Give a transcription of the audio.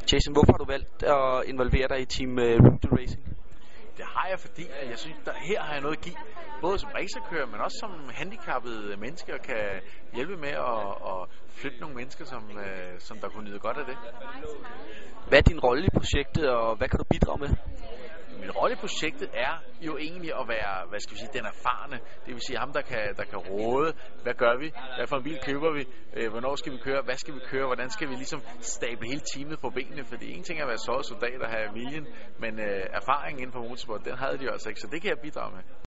Jason, hvorfor har du valgt at involvere dig i Team Route to Racing? Det har jeg, fordi at jeg synes, her har jeg noget at give. Både som racerkører, men også som handicappede mennesker kan hjælpe med at flytte nogle mennesker, som der kunne nyde godt af det. Hvad er din rolle i projektet, og hvad kan du bidrage med? Min rolle i projektet er jo egentlig at være, hvad skal vi sige, den erfarne. Det vil sige ham, der kan råde. Hvad gør vi? Hvad for en bil køber vi? Hvornår skal vi køre? Hvad skal vi køre? Hvordan skal vi ligesom stable hele teamet på benene? Fordi en ting er at være soldat og have viljen, men erfaringen inden for motorsport, den havde de jo altså ikke, så det kan jeg bidrage med.